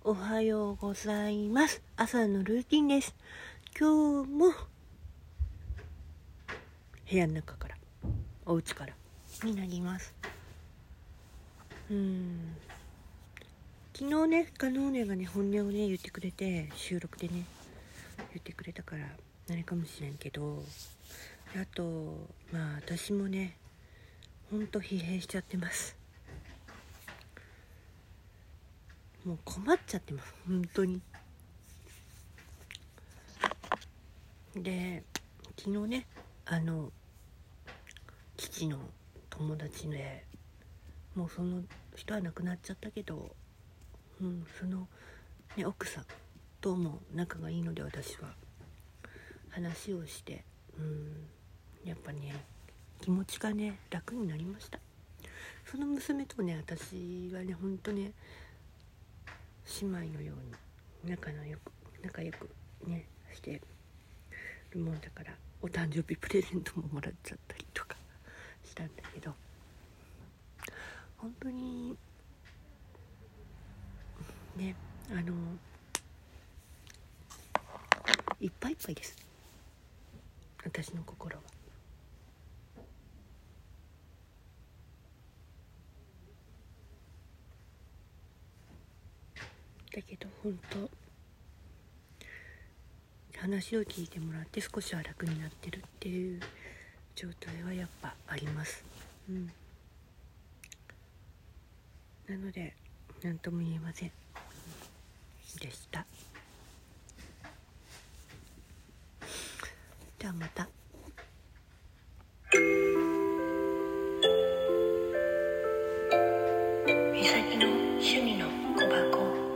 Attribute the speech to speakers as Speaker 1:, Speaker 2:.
Speaker 1: おはようございます。朝のルーティンです。今日も部屋の中からお家からになります。昨日ねカノーネがね本音をね言ってくれて、収録でね言ってくれたからあれかもしれんけど、あと私もねほんと疲弊しちゃってます。もう困っちゃってます本当に。で昨日ね父の友達で、もうその人は亡くなっちゃったけど、その、ね、奥さんとも仲がいいので私は話をして、やっぱね気持ちがね楽になりました。その娘とね私はねほんとね姉妹のように仲良くねしてるもんだから、お誕生日プレゼントももらっちゃったりとかしたんだけど、本当にねいっぱいいっぱいです、私の心は。だけど本当話を聞いてもらって少しは楽になってるっていう状態はやっぱあります。なので何とも言えませんでした。ではまた。みさきの趣味の小箱。